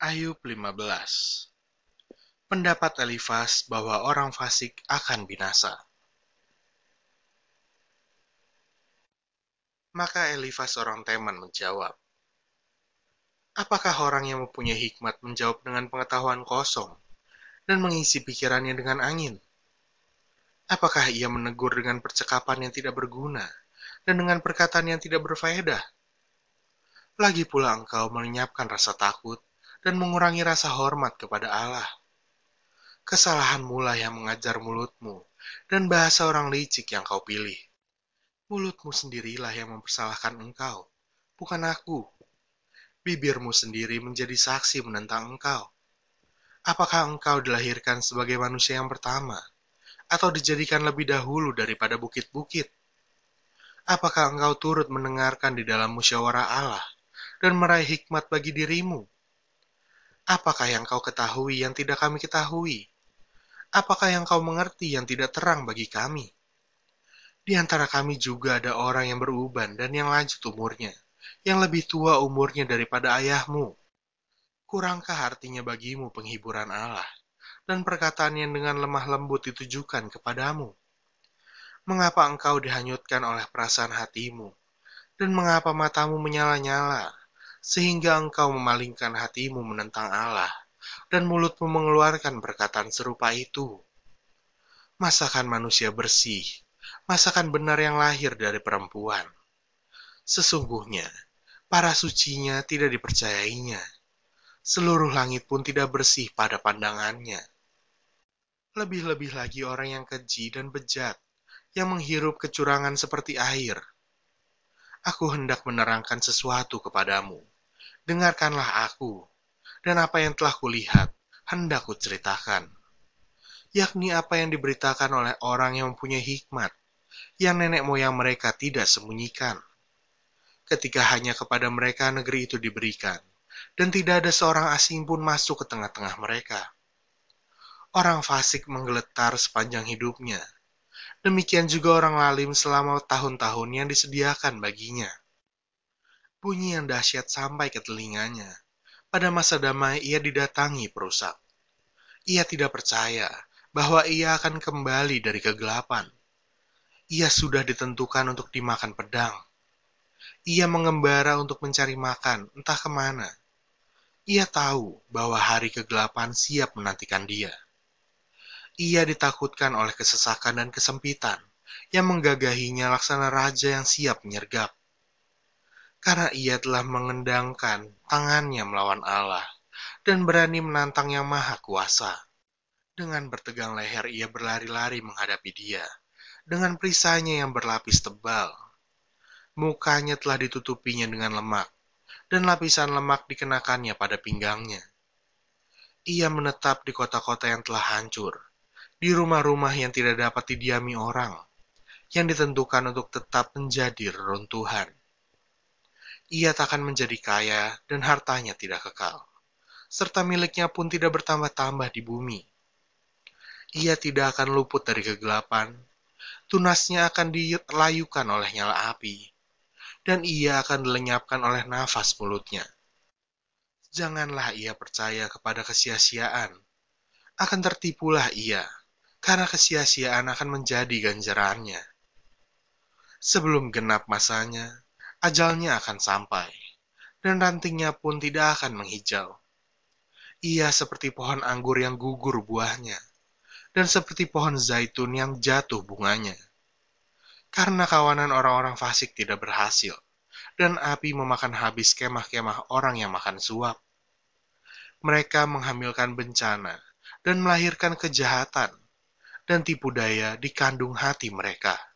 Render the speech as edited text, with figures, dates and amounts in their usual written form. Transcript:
Ayub 15. Pendapat Elifas bahwa orang fasik akan binasa. Maka Elifas orang Teman menjawab, apakah orang yang mempunyai hikmat menjawab dengan pengetahuan kosong dan mengisi pikirannya dengan angin? Apakah ia menegur dengan percakapan yang tidak berguna dan dengan perkataan yang tidak berfaedah? Lagi pula engkau melenyapkan rasa takut dan mengurangi rasa hormat kepada Allah. Kesalahanmu lah yang mengajar mulutmu, dan bahasa orang licik yang kau pilih. Mulutmu sendirilah yang mempersalahkan engkau, bukan aku. Bibirmu sendiri menjadi saksi menentang engkau. Apakah engkau dilahirkan sebagai manusia yang pertama, atau dijadikan lebih dahulu daripada bukit-bukit? Apakah engkau turut mendengarkan di dalam musyawarah Allah, dan meraih hikmat bagi dirimu? Apakah yang kau ketahui yang tidak kami ketahui? Apakah yang kau mengerti yang tidak terang bagi kami? Di antara kami juga ada orang yang beruban dan yang lanjut umurnya, yang lebih tua umurnya daripada ayahmu. Kurangkah artinya bagimu penghiburan Allah, dan perkataan yang dengan lemah lembut ditujukan kepadamu? Mengapa engkau dihanyutkan oleh perasaan hatimu, dan mengapa matamu menyala-nyala, sehingga engkau memalingkan hatimu menentang Allah, dan mulutmu mengeluarkan perkataan serupa itu? Masakan manusia bersih, masakan benar yang lahir dari perempuan. Sesungguhnya, para sucinya tidak dipercayainya. Seluruh langit pun tidak bersih pada pandangannya. Lebih-lebih lagi orang yang keji dan bejat, yang menghirup kecurangan seperti air. Aku hendak menerangkan sesuatu kepadamu. Dengarkanlah aku, dan apa yang telah kulihat, hendak kuceritakan. Yakni apa yang diberitakan oleh orang yang mempunyai hikmat, yang nenek moyang mereka tidak sembunyikan. Ketika hanya kepada mereka negeri itu diberikan, dan tidak ada seorang asing pun masuk ke tengah-tengah mereka. Orang fasik menggeletar sepanjang hidupnya. Demikian juga orang lalim selama tahun-tahun yang disediakan baginya. Bunyi yang dahsyat sampai ke telinganya. Pada masa damai ia didatangi perusak. Ia tidak percaya bahwa ia akan kembali dari kegelapan. Ia sudah ditentukan untuk dimakan pedang. Ia mengembara untuk mencari makan, entah kemana. Ia tahu bahwa hari kegelapan siap menantikan dia. Ia ditakutkan oleh kesesakan dan kesempitan, yang menggagahinya laksana raja yang siap menyergap. Karena ia telah mengendangkan tangannya melawan Allah, dan berani menantang yang maha kuasa. Dengan bertegang leher ia berlari-lari menghadapi dia, dengan perisainya yang berlapis tebal. Mukanya telah ditutupinya dengan lemak, dan lapisan lemak dikenakannya pada pinggangnya. Ia menetap di kota-kota yang telah hancur, di rumah-rumah yang tidak dapat didiami orang, yang ditentukan untuk tetap menjadi reruntuhan. Ia takkan menjadi kaya dan hartanya tidak kekal, serta miliknya pun tidak bertambah-tambah di bumi. Ia tidak akan luput dari kegelapan, tunasnya akan dilayukan oleh nyala api, dan ia akan dilenyapkan oleh nafas mulutnya. Janganlah ia percaya kepada kesia-siaan, akan tertipulah ia, karena kesia-siaan akan menjadi ganjarannya. Sebelum genap masanya, ajalnya akan sampai, dan rantingnya pun tidak akan menghijau. Ia seperti pohon anggur yang gugur buahnya, dan seperti pohon zaitun yang jatuh bunganya. Karena kawanan orang-orang fasik tidak berhasil, dan api memakan habis kemah-kemah orang yang makan suap. Mereka menghamilkan bencana, dan melahirkan kejahatan, dan tipu daya di kandung hati mereka.